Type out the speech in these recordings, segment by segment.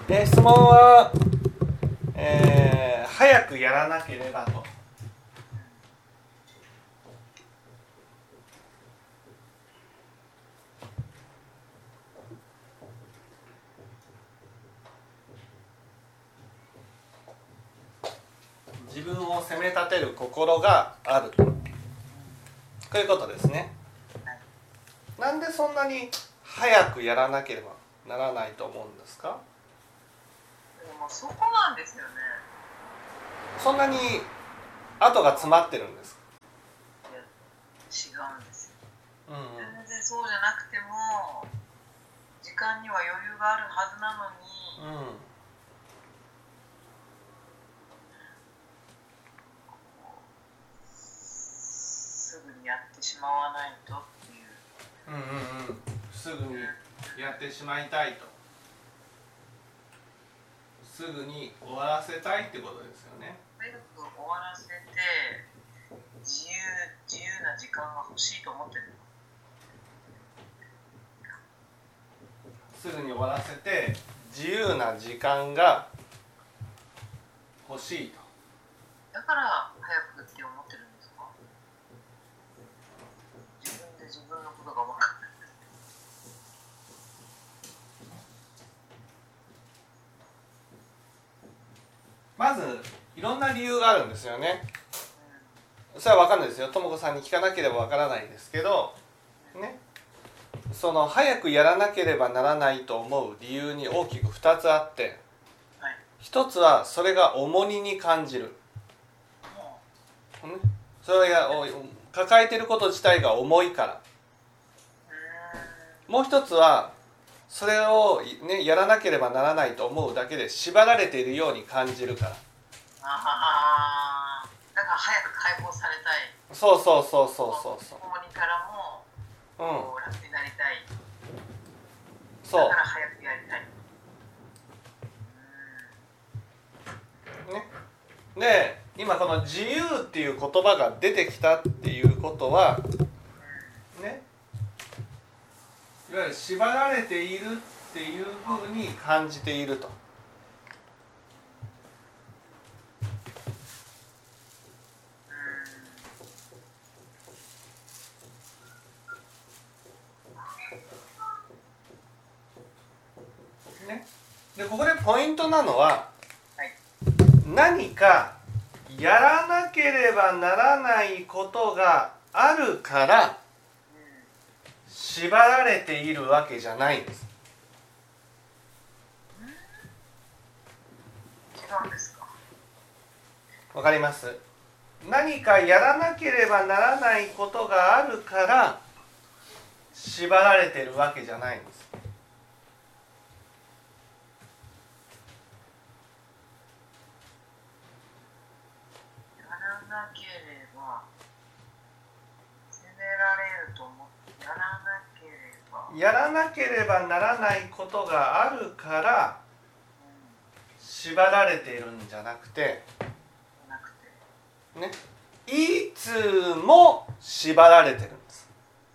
質問は、早くやらなければと。自分を責め立てる心があると。こういうことですね。なんでそんなに早くやらなければならないと思うんですか？ でもそこなんですよね。 そんなに後が詰まってるんですか？ いや、違うんですよ。 うん全然そうじゃなくても時間には余裕があるはずなのに、 うんすぐにやってしまわないとっていう。 すぐにやってしまいたいと、すぐに終わらせたいってことですよね。 早く終わらせて自由な時間が欲しいと思ってるの。 すぐに終わらせて自由な時間が欲しいと。 だから早くって思ってるんですか？自分で自分のことが分かんない。 まずいろんな理由があるんですよね。それは分かんないですよ。ともこさんに聞かなければ分からないですけどね。その早くやらなければならないと思う理由に大きく2つあって、 はい、 1つはそれが重荷に感じる、それが抱えていること自体が重いから。もう1つはそれを、ね、やらなければならないと思うだけで縛られているように感じるから。 だから早く解放されたい。 そう重荷からも楽になりたい。 そうだから早くやりたい。 ね。で今この自由っていう言葉が出てきたっていうことはね、いわゆる縛られているっていうふうに感じていると。ね、でここでポイントなのは、何かやらなければならないことがあるから縛られているわけじゃないんです。 違うんですか？ わかります？何かやらなければならないことがあるから縛られているわけじゃないんです。 やらなければ責められると思ってやらなければならないことがあるから縛られているんじゃなくて、ね、いつも縛られてるんです。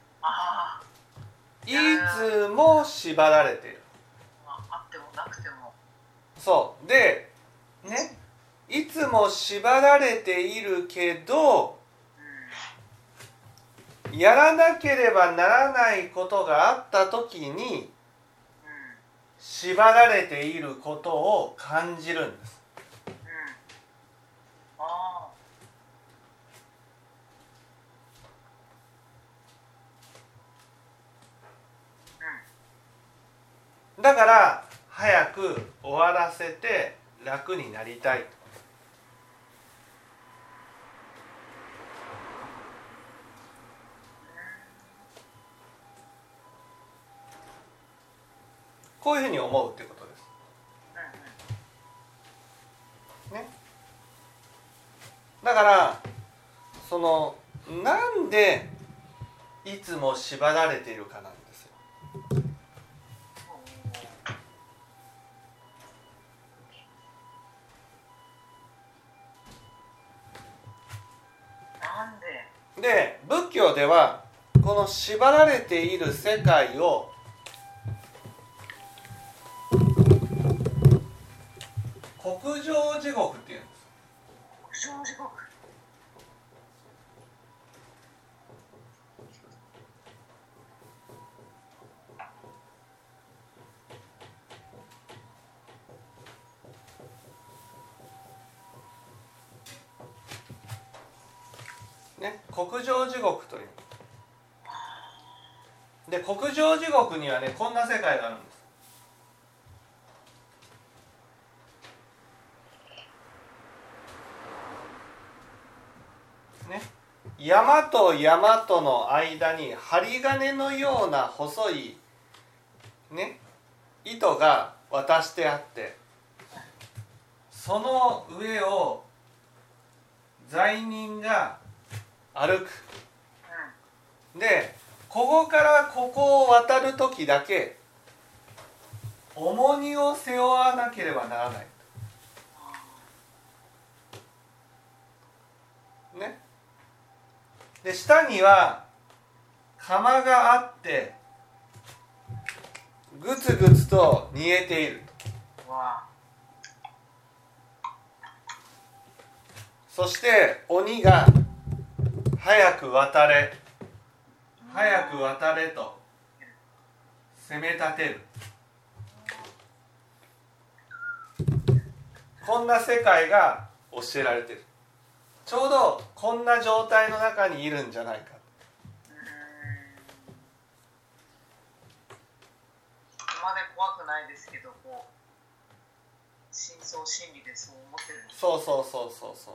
いつも縛られている。 あってもなくても。 そうでね、いつも縛られているけど、やらなければならないことがあった時に縛られていることを感じるんです。だから早く終わらせて楽になりたい。こういうふうに思うっていうことです。ね。だからそのなんでいつも縛られているかなんですよ。で仏教ではこの縛られている世界を極上地獄っていうんです。 極上地獄。 ね、極上地獄という。で、極上地獄にはね、こんな世界があるんです。ね、山と山との間に針金のような細い、ね、糸が渡してあって、その上を罪人が歩く。で、ここからここを渡る時だけ重荷を背負わなければならない。ね。で、下には釜があってぐつぐつと煮えている。そして鬼が早く渡れ早く渡れと責め立てる。こんな世界が教えられている。ちょうどこんな状態の中にいるんじゃないか。 そこまで怖くないですけど、こう深層心理でそう思ってるんです。 そうそうそうそうそう。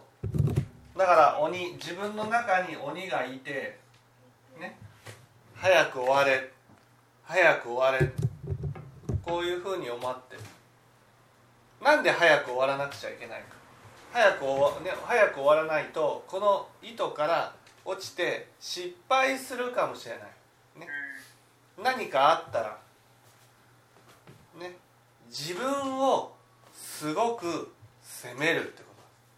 だから鬼、自分の中に鬼がいてね、早く終われ早く終われ、こういうふうに思ってる。なんで早く終わらなくちゃいけないか。早く終わらないとこの糸から落ちて失敗するかもしれない、ね、何かあったら、ね、自分をすごく責めるってこと。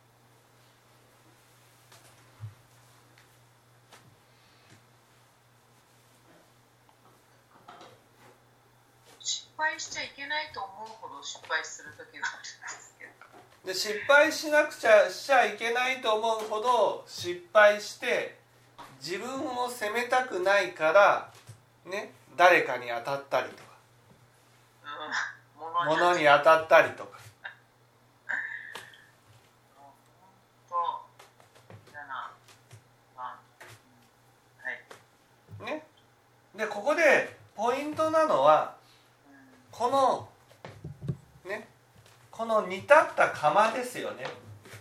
失敗しちゃいけないと思うほど失敗する時があるんですけど。 で、失敗しちゃいけないと思うほど失敗して自分を責めたくないからね、誰かに当たったりとか、物に当たったりとか。ね、でここでポイントなのはこのね、この煮立った釜ですよね。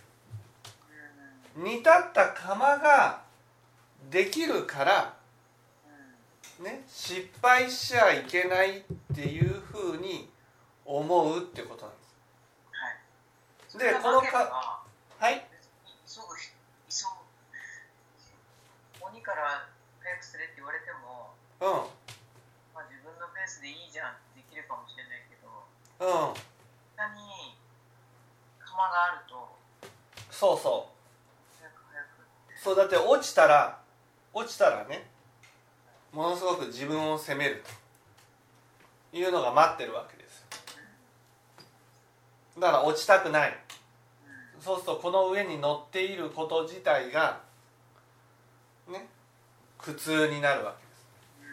煮立った釜ができるからね、失敗しちゃいけないっていうふうに思うってことなんです。で、このはい。 鬼から早くすれって言われても、まあ、自分のペースでいいじゃんってできるかもしれないけど、下に釜があると、 そうそう。そう、だって落ちたらね、ものすごく自分を責めるというのが待ってるわけです。だから落ちたくない。そうするとこの上に乗っていること自体がね、苦痛になるわけです。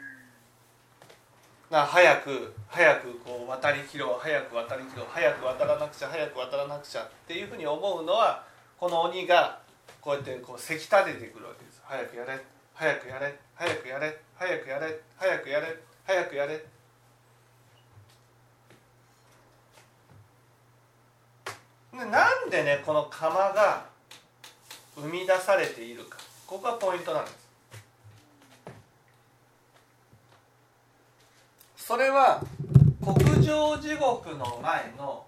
だから早くこう渡りきろう、早く渡らなくちゃっていうふうに思うのは、この鬼がこうやってこうせき立ててくるわけです。早くやれ早くやれ早くやれ早くやれ早くやれ早くやれ。なんでね、この釜が生み出されているか、ここがポイントなんです。それは極上地獄の前の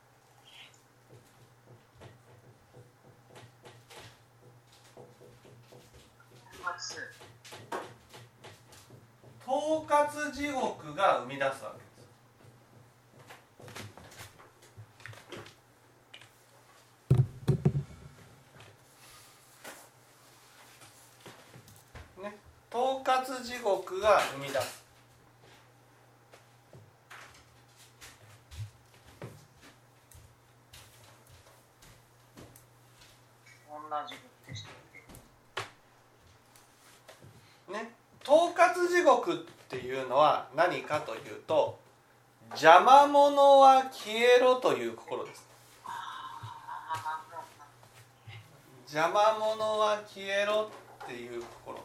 統括地獄が生み出すわけです。ね、統括地獄が生み出す。 な地獄でしたっけ？ ね、統括地獄っていうのは何かというと、邪魔者は消えろという心です。邪魔者は消えろっていう心。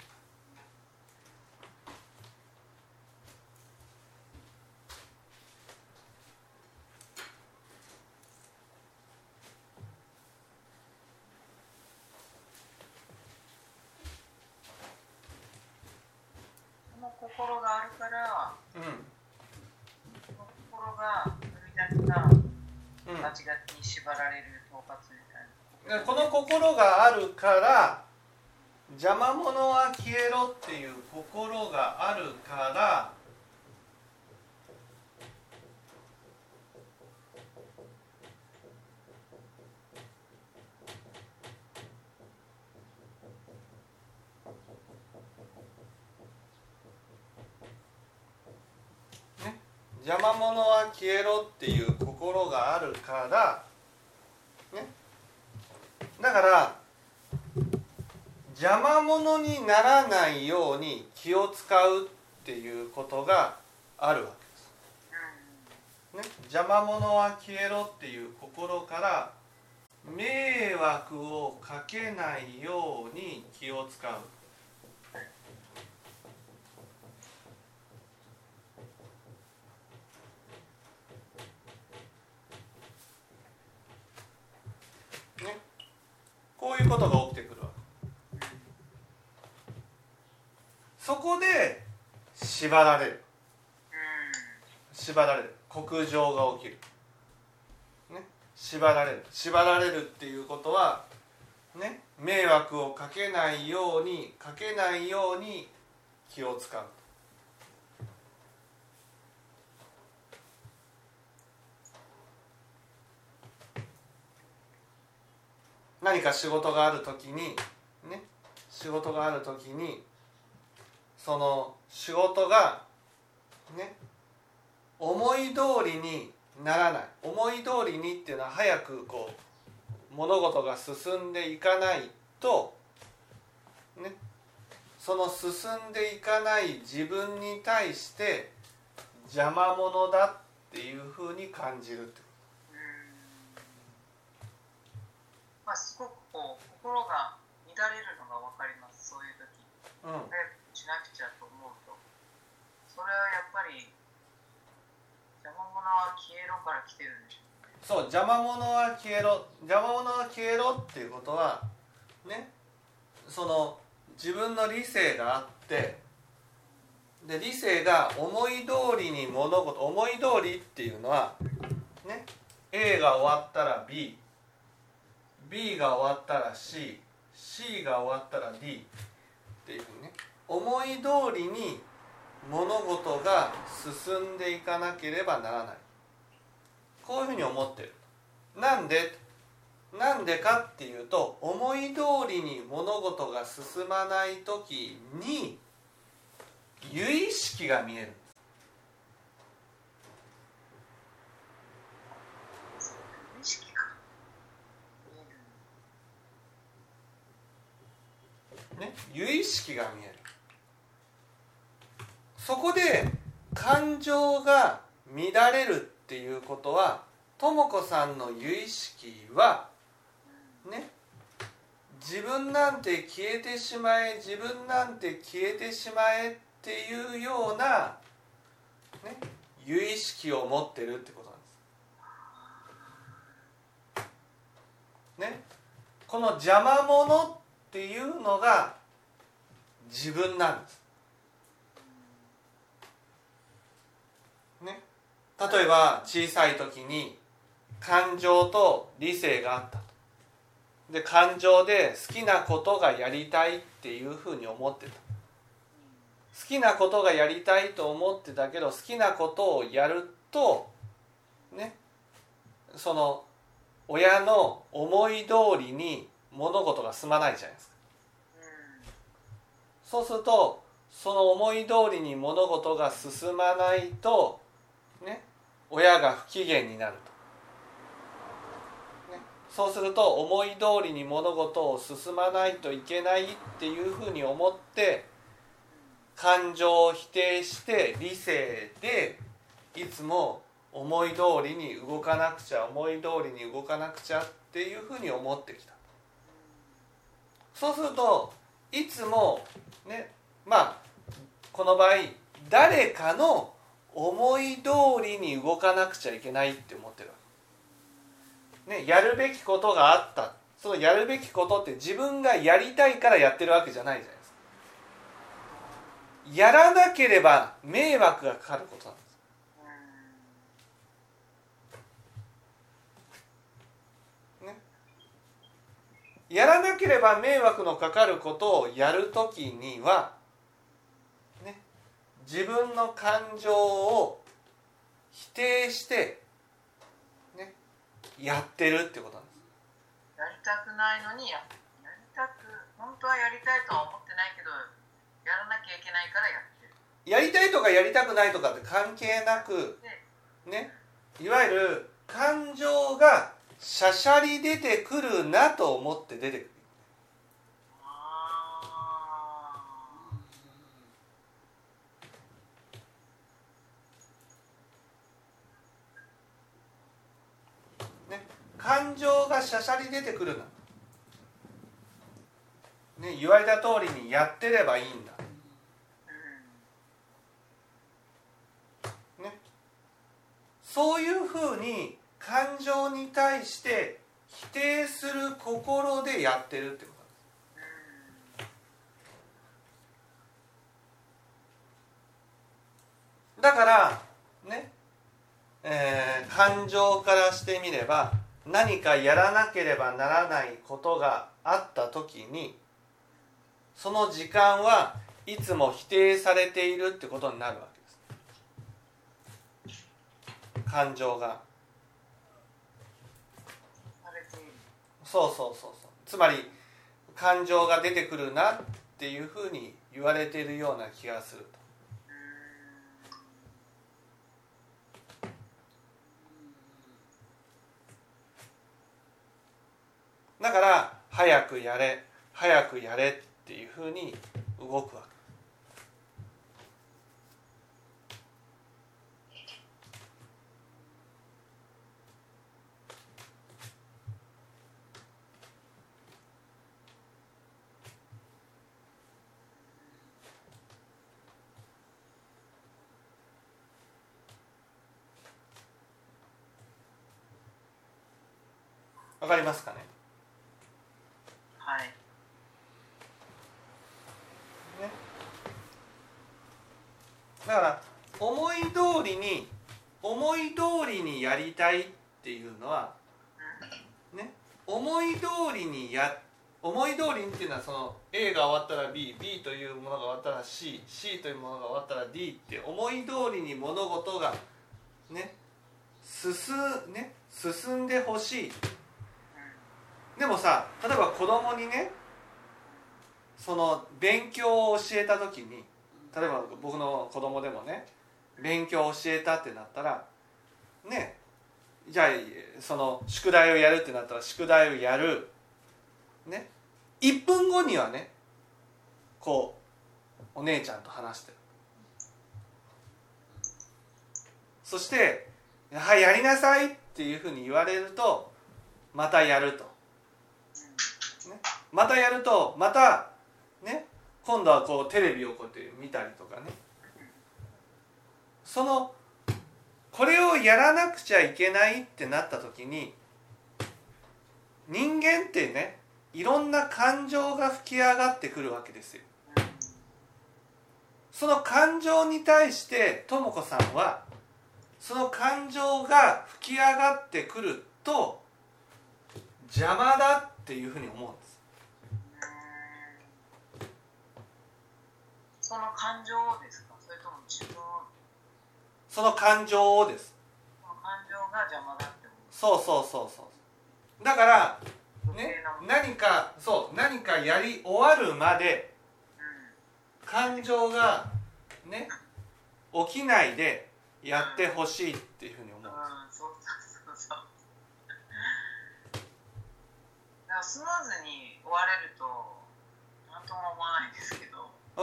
心があるから、 うん、 その心が生み出した間違に縛られる統括みたいな。 この心があるから邪魔者は消えろっていう心があるから邪魔者は消えろっていう心があるから、ね、だから邪魔者にならないように気を使うっていうことがあるわけです、ね、邪魔者は消えろっていう心から迷惑をかけないように気を使う。こういうことが起きてくるわけ。そこで縛られる。縛られる。酷情が起きる。ね、縛られる。縛られるっていうことは、ね、迷惑をかけないように気を使う。何か仕事があるときに、ね、仕事があるときに、その仕事が、ね、思い通りにならない。思い通りにっていうのは早くこう物事が進んでいかないと、ね、その進んでいかない自分に対して邪魔者だっていうふうに感じるってこと。 まあ、すごくこう心が乱れるのが分かります。そういう時、早くしなくちゃと思うと、それはやっぱり邪魔者は消えろから来てるんでしょうね。 そう、邪魔者は消えろ、邪魔者は消えろっていうことはね、その自分の理性があって、で理性が思い通りに物事、思い通りっていうのはね、A が終わったら B、B が終わったら C、C が終わったら D っていうふうにね、思い通りに物事が進んでいかなければならない。こういうふうに思ってる。なんでかっていうと、思い通りに物事が進まないときに由意識が見えるんです。ね、由意識が見える。そこで感情が乱れるっていうことは、ともこさんの由意識はね、自分なんて消えてしまえ、自分なんて消えてしまえっていうような、ね、由意識を持ってるってことなんです。ね、この邪魔者っていうのが自分なんです。ね、例えば小さい時に感情と理性があったと。で、感情で好きなことがやりたいっていうふうに思ってた。好きなことがやりたいと思ってたけど、好きなことをやるとね、その親の思い通りに物事が進まないじゃないですか。そうすると、その思い通りに物事が進まないとね、親が不機嫌になると、ね、 そうすると思い通りに物事を進まないといけないっていうふうに思って感情を否定して理性でいつも思い通りに動かなくちゃ思い通りに動かなくちゃっていうふうに思ってきた。そうするといつもね、この場合誰かの思い通りに動かなくちゃいけないって思ってるわけ、ね、やるべきことがあった。そのやるべきことって自分がやりたいからやってるわけじゃないじゃないですか。やらなければ迷惑がかかることなんです。やらなければ迷惑のかかることをやるときには、ね、自分の感情を否定して、ね、やってるってことなんです。 やりたくないのに本当はやりたいとは思ってないけどやらなきゃいけないからやってる。 やりたいとかやりたくないとかって関係なく、ね、いわゆる感情がしゃしゃり出てくるなと思って出てくる。ね、感情がしゃしゃり出てくるな、ね、言われた通りにやってればいいんだ、ね、そういうふうに感情に対して否定する心でやってるってことなんです。だからね、感情からしてみれば何かやらなければならないことがあった時にその時間はいつも否定されているってことになるわけです。感情がそうつまり感情が出てくるなっていうふうに言われているような気がすると。だから早くやれ早くやれっていうふうに動くわけ。わかりますかね。 はい。 ね、だから思い通りにやりたいっていうのは、ね、思い通りにっていうのはその A が終わったら B というものが終わったら C というものが終わったら D って思い通りに物事がね進んでほしい。でもさ、例えば子供にねその勉強を教えた時に、例えば僕の子供でもね勉強を教えたってなったらね、じゃあその宿題をやるってなったら宿題をやるね、1分後にはねこうお姉ちゃんと話してる。そして「はい、やりなさい」っていうふうに言われるとまたやると、ね、またやるとまたね今度はこうテレビをこうやって見たりとかね、これをやらなくちゃいけないってなった時に人間ってねいろんな感情が吹き上がってくるわけですよ。その感情に対してとも子さんはその感情が吹き上がってくると邪魔だっていうふうに思うんです。 その感情をですか、それとも自分を？ その感情をです。 その感情が邪魔だって思う。 そうだからね、何かやり終わるまで感情がね起きないでやってほしいっていうふうに思うんです。 スムーズに終われると何とも思わないですけど、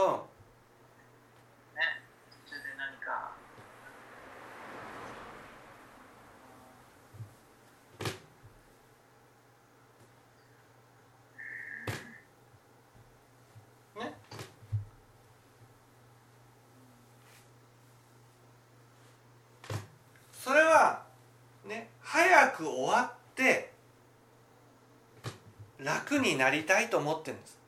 ね、途中で何かね、それはね、早く終わって楽になりたいと思ってるんです。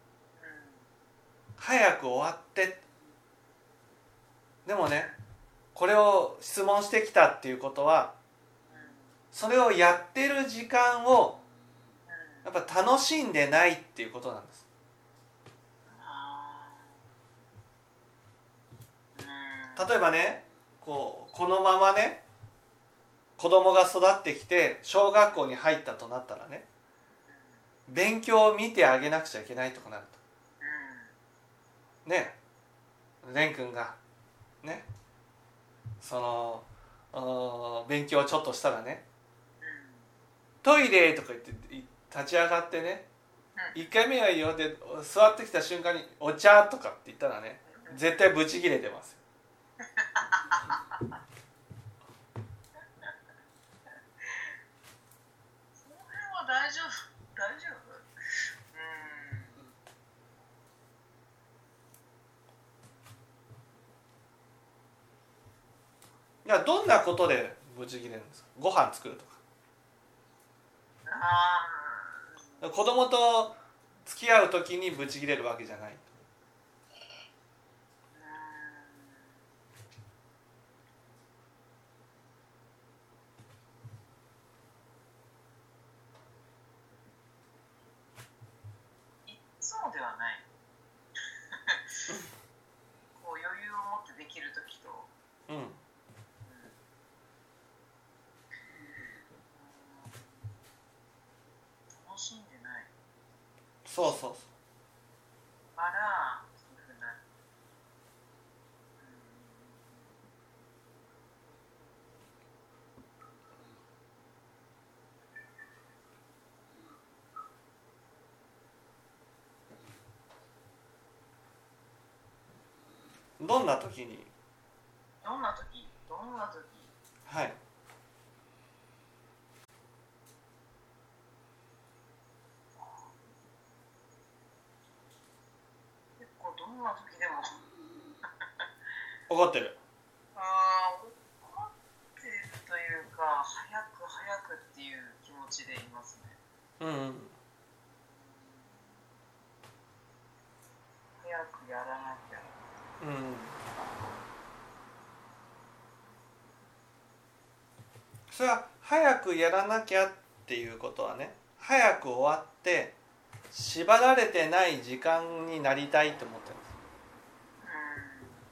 早く終わって。でもね、これを質問してきたっていうことは、それをやってる時間をやっぱ楽しんでないっていうことなんです。例えばね、このままね、子供が育ってきて小学校に入ったとなったらね、勉強を見てあげなくちゃいけないとかなるとね、蓮くんがね、その勉強をちょっとしたらね、トイレとか言って立ち上がってね、1回目はいいよで座ってきた瞬間にお茶とかって言ったらね、絶対ブチ切れてますよ。 その辺は大丈夫、大丈夫。 いや、どんなことでブチ切れるんですか？ご飯作るとか。子供と付き合う時にブチ切れるわけじゃない。 そうではないこう余裕を持ってできる時と、楽しんでない。 そうそうそう。 からそういうふうな、 どんな時に？ どんな時？ はい。 結構どんな時でも怒ってる。 怒ってるというか、早くっていう気持ちでいますね。早くやらなきゃ。 それは早くやらなきゃっていうことはね、早く終わって縛られてない時間になりたいと思ってるんです。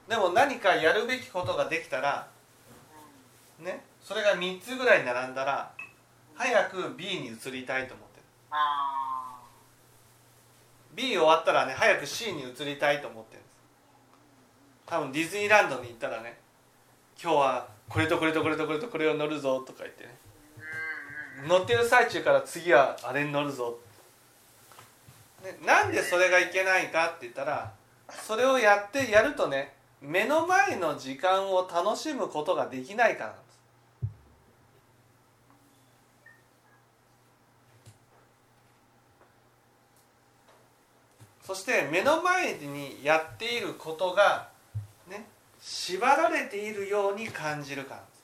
でも何かやるべきことができたらね、それが3つぐらい並んだら早く B に移りたいと思ってる。B 終わったらね、早く C に移りたいと思ってるんです。多分ディズニーランドに行ったらね、今日はこれとこれとこれとこれとこれを乗るぞとか言ってね、乗ってる最中から次はあれに乗るぞ、ね、なんでそれがいけないかって言ったら、それをやるとね、目の前の時間を楽しむことができないからなんです。そして目の前にやっていることがね、縛られているように感じるからです。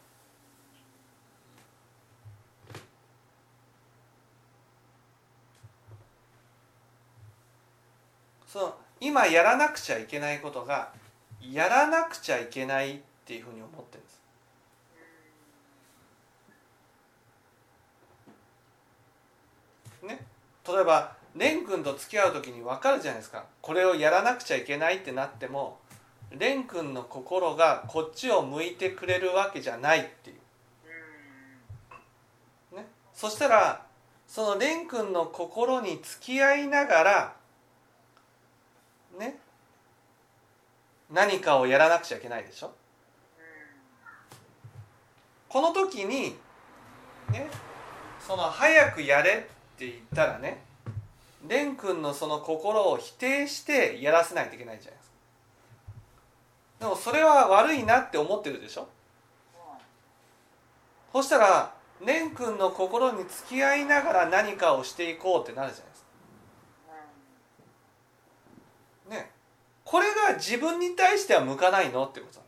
その今やらなくちゃいけないことがやらなくちゃいけないっていうふうに思ってるんです。ね、例えば蓮くんと付き合う時に分かるじゃないですか。これをやらなくちゃいけないってなっても蓮くんの心がこっちを向いてくれるわけじゃないっていう、ね、そしたらその蓮くんの心に付き合いながらね、何かをやらなくちゃいけないでしょ。この時にね、その早くやれって言ったらね、蓮くんのその心を否定してやらせないといけないじゃないですか。でもそれは悪いなって思ってるでしょ。そしたら蓮くんの心に付き合いながら何かをしていこうってなるじゃないですか。ね、これが自分に対しては向かないのってことなん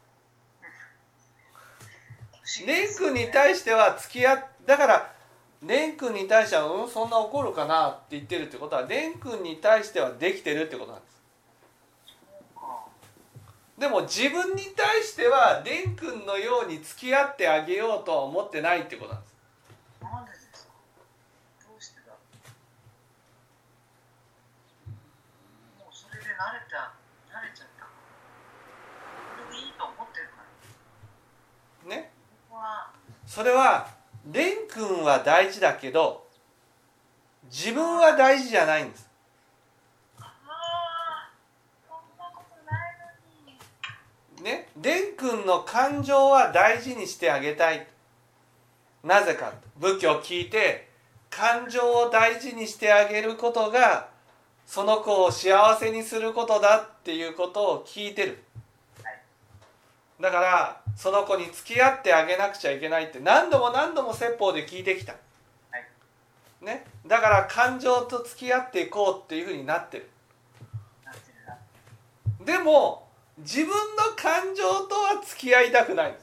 です。蓮くんに対しては付き合だから蓮くんに対してはそんな怒るかなって言ってるってことは蓮くんに対してはできてるってことなんです。でも自分に対しては蓮くんのように付き合ってあげようとは思ってないってことなんです。 なんでですか？どうしてだ？もうそれで慣れちゃった。それでいいと思ってるからね。それは蓮くんは大事だけど自分は大事じゃないんです。ね、蓮くんの感情は大事にしてあげたい。なぜか、仏教を聞いて感情を大事にしてあげることがその子を幸せにすることだっていうことを聞いてる。だからその子に付き合ってあげなくちゃいけないって何度も説法で聞いてきた、ね、だから感情と付き合っていこうっていうふうになってる。でも自分の感情とは付き合いたくないんです。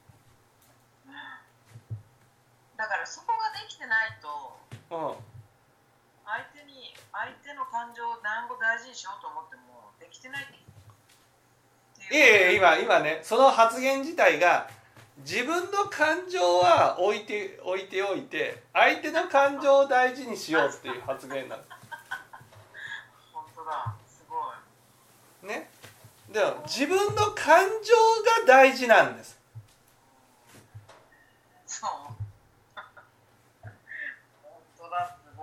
だからそこができてないと、相手の感情を何個大事にしようと思ってもできてないって今ねその発言自体が自分の感情は置いておいて相手の感情を大事にしようっていう発言なんです。 本当だ、すごいね。でも自分の感情が大事なんです。 そう本当だ、すごい。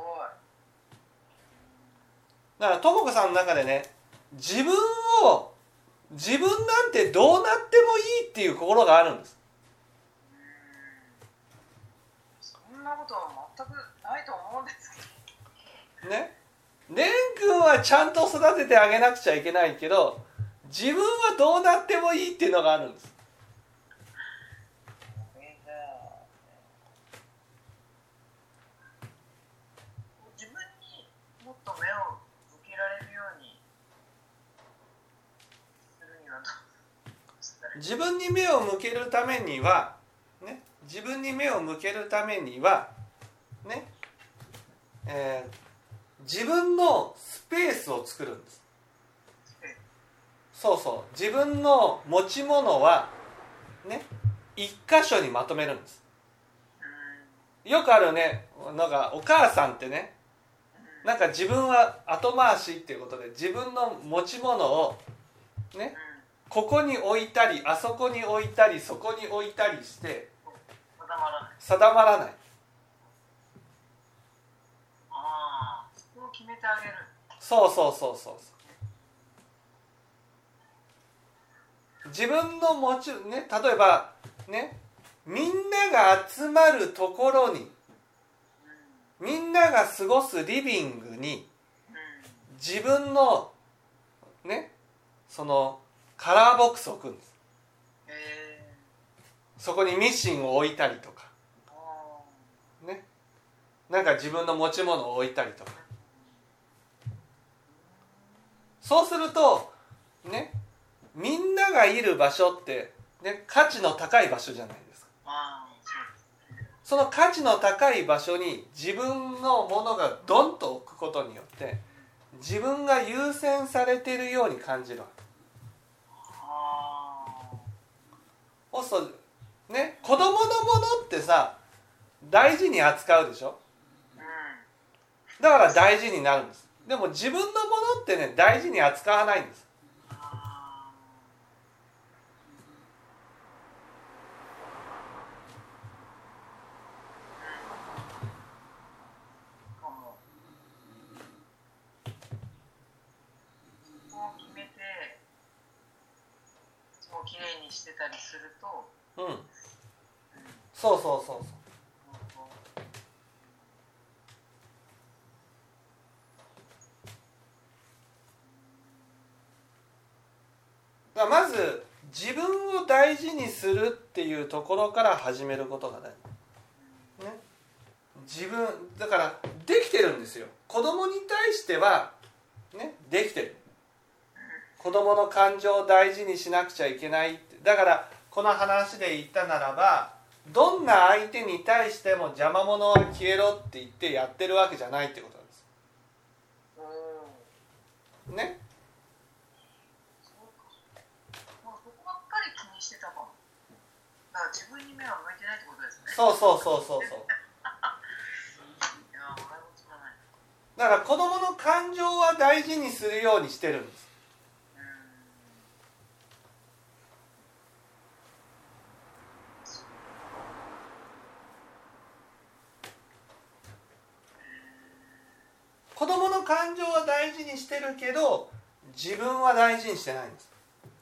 だからともこさんの中でね、自分なんてどうなってもいいっていう心があるんです。 そんなことは全くないと思うんですけどね。蓮くんはちゃんと育ててあげなくちゃいけないけど自分はどうなってもいいっていうのがあるんです。 自分にもっと目を向けられるようにするにはどうしたらいい？ 自分に目を向けるためにはね、自分のスペースを作るんです。自分の持ち物はね一箇所にまとめるんです。よくあるね、なんかお母さんってね、なんか自分は後回しっていうことで自分の持ち物をねここに置いたりあそこに置いたりそこに置いたりして定まらない。 ああ、そこを決めてあげる。 そう自分の持ちね、例えばね、みんなが集まるところに、みんなが過ごすリビングに自分のねそのカラーボックスを置くんです。そこにミシンを置いたりとかね、なんか自分の持ち物を置いたりとか。そうするとね、みんながいる場所って、ね、価値の高い場所じゃないですか。その価値の高い場所に自分のものがドンと置くことによって自分が優先されているように感じるわけ。そうするとね、子供のものってさ大事に扱うでしょ。だから大事になるんです。でも自分のものってね大事に扱わないんです。 きれいにしてたりすると、 そう自分を大事にするっていうところから始めることが大事、ね、自分だからできてるんですよ。子供に対しては、ね、できてる。子供の感情を大事にしなくちゃいけないって。だからこの話で言ったならば、どんな相手に対しても邪魔者は消えろって言ってやってるわけじゃないってことなんですね。 もうそこばっかり気にしてたかも。だから自分に目は向いてないってことですね。 そうそうそうそうそう。 いや、俺もつまない。 だから子供の感情は大事にするようにしてるんです。子供の感情は大事にしてるけど、自分は大事にしてないんです。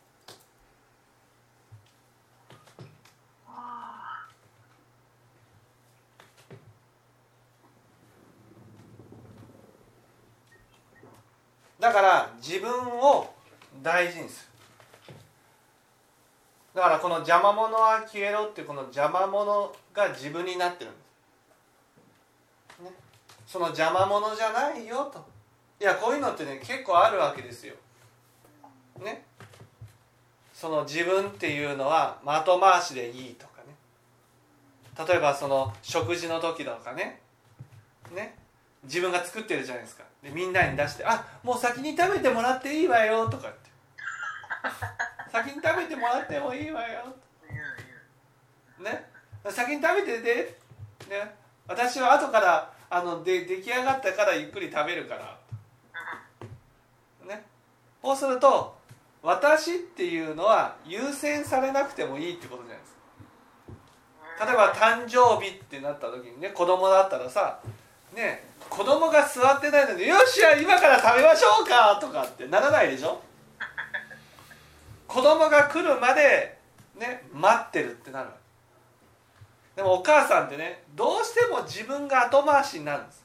だから自分を大事にする。だからこの邪魔者は消えろっていうこの邪魔者が自分になってるんです、ね、その邪魔者じゃないよと。いやこういうのってね結構あるわけですよ、ね、その自分っていうのは的回しでいいとかね。例えばその食事の時とかね自分が作ってるじゃないですか。でみんなに出して「あもう先に食べてもらっていいわよ」とかって「先に食べてもらってもいいわよ」ね、先に食べてで、ね、私は後から出来上がったからゆっくり食べるから、ね、そうすると私っていうのは優先されなくてもいいってことじゃないですか。例えば誕生日ってなった時にね、子供だったらさね、子供が座ってないので「よっしゃ今から食べましょうか」とかってならないでしょ。子供が来るまで、ね、待ってるってなる。でもお母さんってねどうしても自分が後回しになるんです。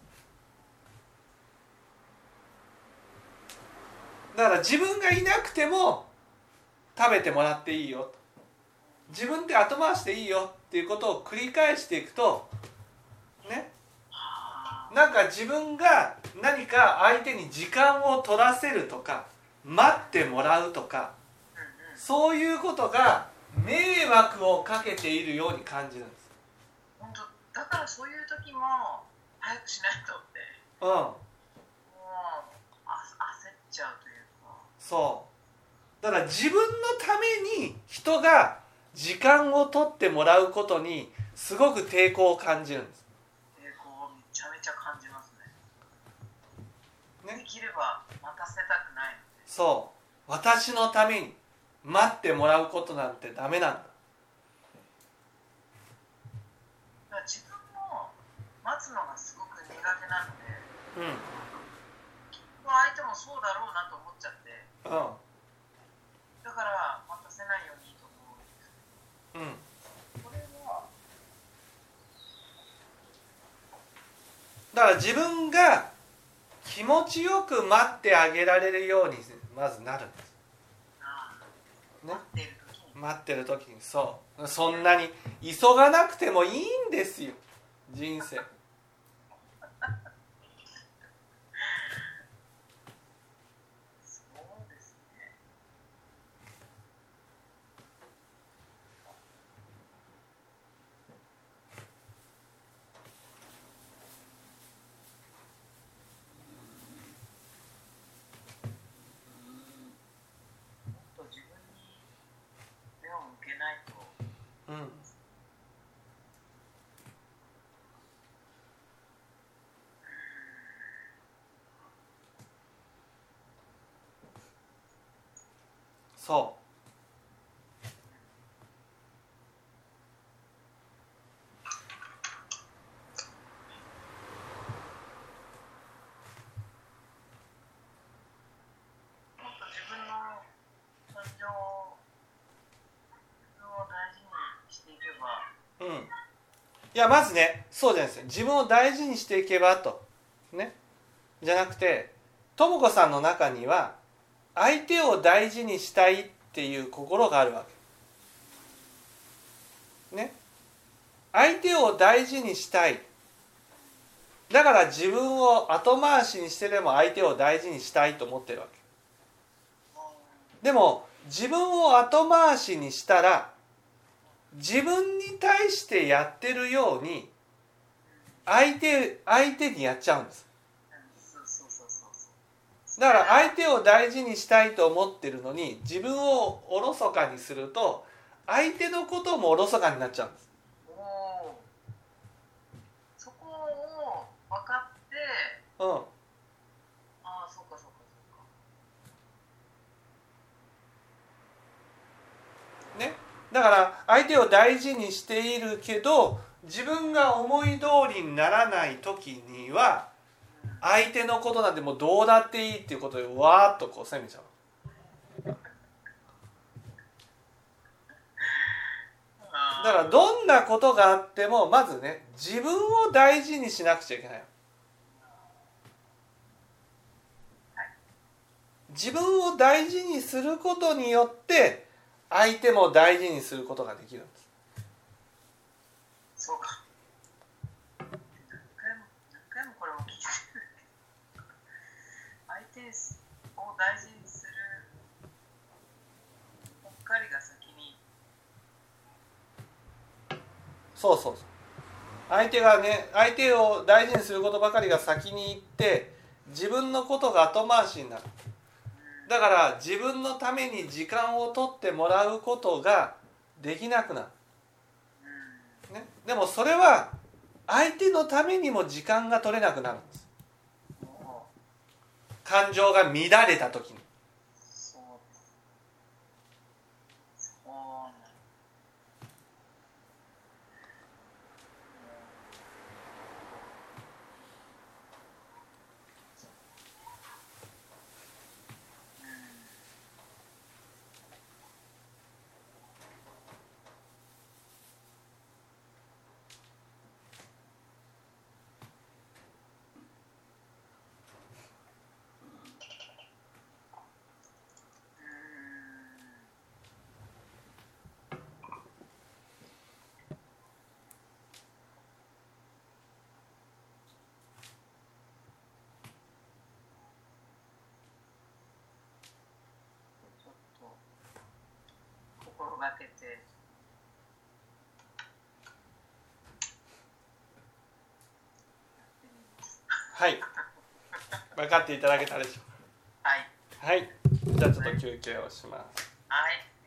だから自分がいなくても食べてもらっていいよと、自分で後回しでいいよっていうことを繰り返していくとね、なんか自分が何か相手に時間を取らせるとか待ってもらうとか、そういうことが迷惑をかけているように感じるんです。 本当だからそういう時も早くしないとって、 もう焦っちゃうというか。 そうだから自分のために人が時間を取ってもらうことにすごく抵抗を感じるんです。 抵抗をめちゃめちゃ感じますね。できれば待たせたくないので。 そう私のために待ってもらうことなんてダメなんだ。 自分も待つのがすごく苦手なので、きっと相手もそうだろうなと思っちゃって、だから待たせないようにと思うんです。これはだから自分が気持ちよく待ってあげられるようにまずなるんです。ね、待ってる時にそんなに急がなくてもいいんですよ人生。 そうですね。もっと自分に目を向けないと。 そういやまずねそうじゃないですよ。自分を大事にしていけばとねじゃなくて、ともこさんの中には相手を大事にしたいっていう心があるわけ。 ね、相手を大事にしたい。だから自分を後回しにしてでも相手を大事にしたいと思ってるわけ。でも自分を後回しにしたら自分に対してやってるように相手にやっちゃうんです。だから相手を大事にしたいと思ってるのに自分をおろそかにすると相手のこともおろそかになっちゃうんです。 そこを分かって、 うん、 ああ、そうかそうかそうか。 ね、だから相手を大事にしているけど自分が思い通りにならない時には相手のことなんてもうどうだっていいっていうことでわーっとこう責めちゃう。だからどんなことがあってもまずね自分を大事にしなくちゃいけない。自分を大事にすることによって相手も大事にすることができるんです。 そうか。何回もこれを聞いてる。相手を大事にするばっかりが先に。 そう相手を大事にすることばかりが先に行って自分のことが後回しになる。だから自分のために時間を取ってもらうことができなくなる、ね、でもそれは相手のためにも時間が取れなくなるんです。感情が乱れた時に。 心がけてはい、分かっていただけたでしょうか。 はい、 はい、じゃあちょっと休憩をします。 はい。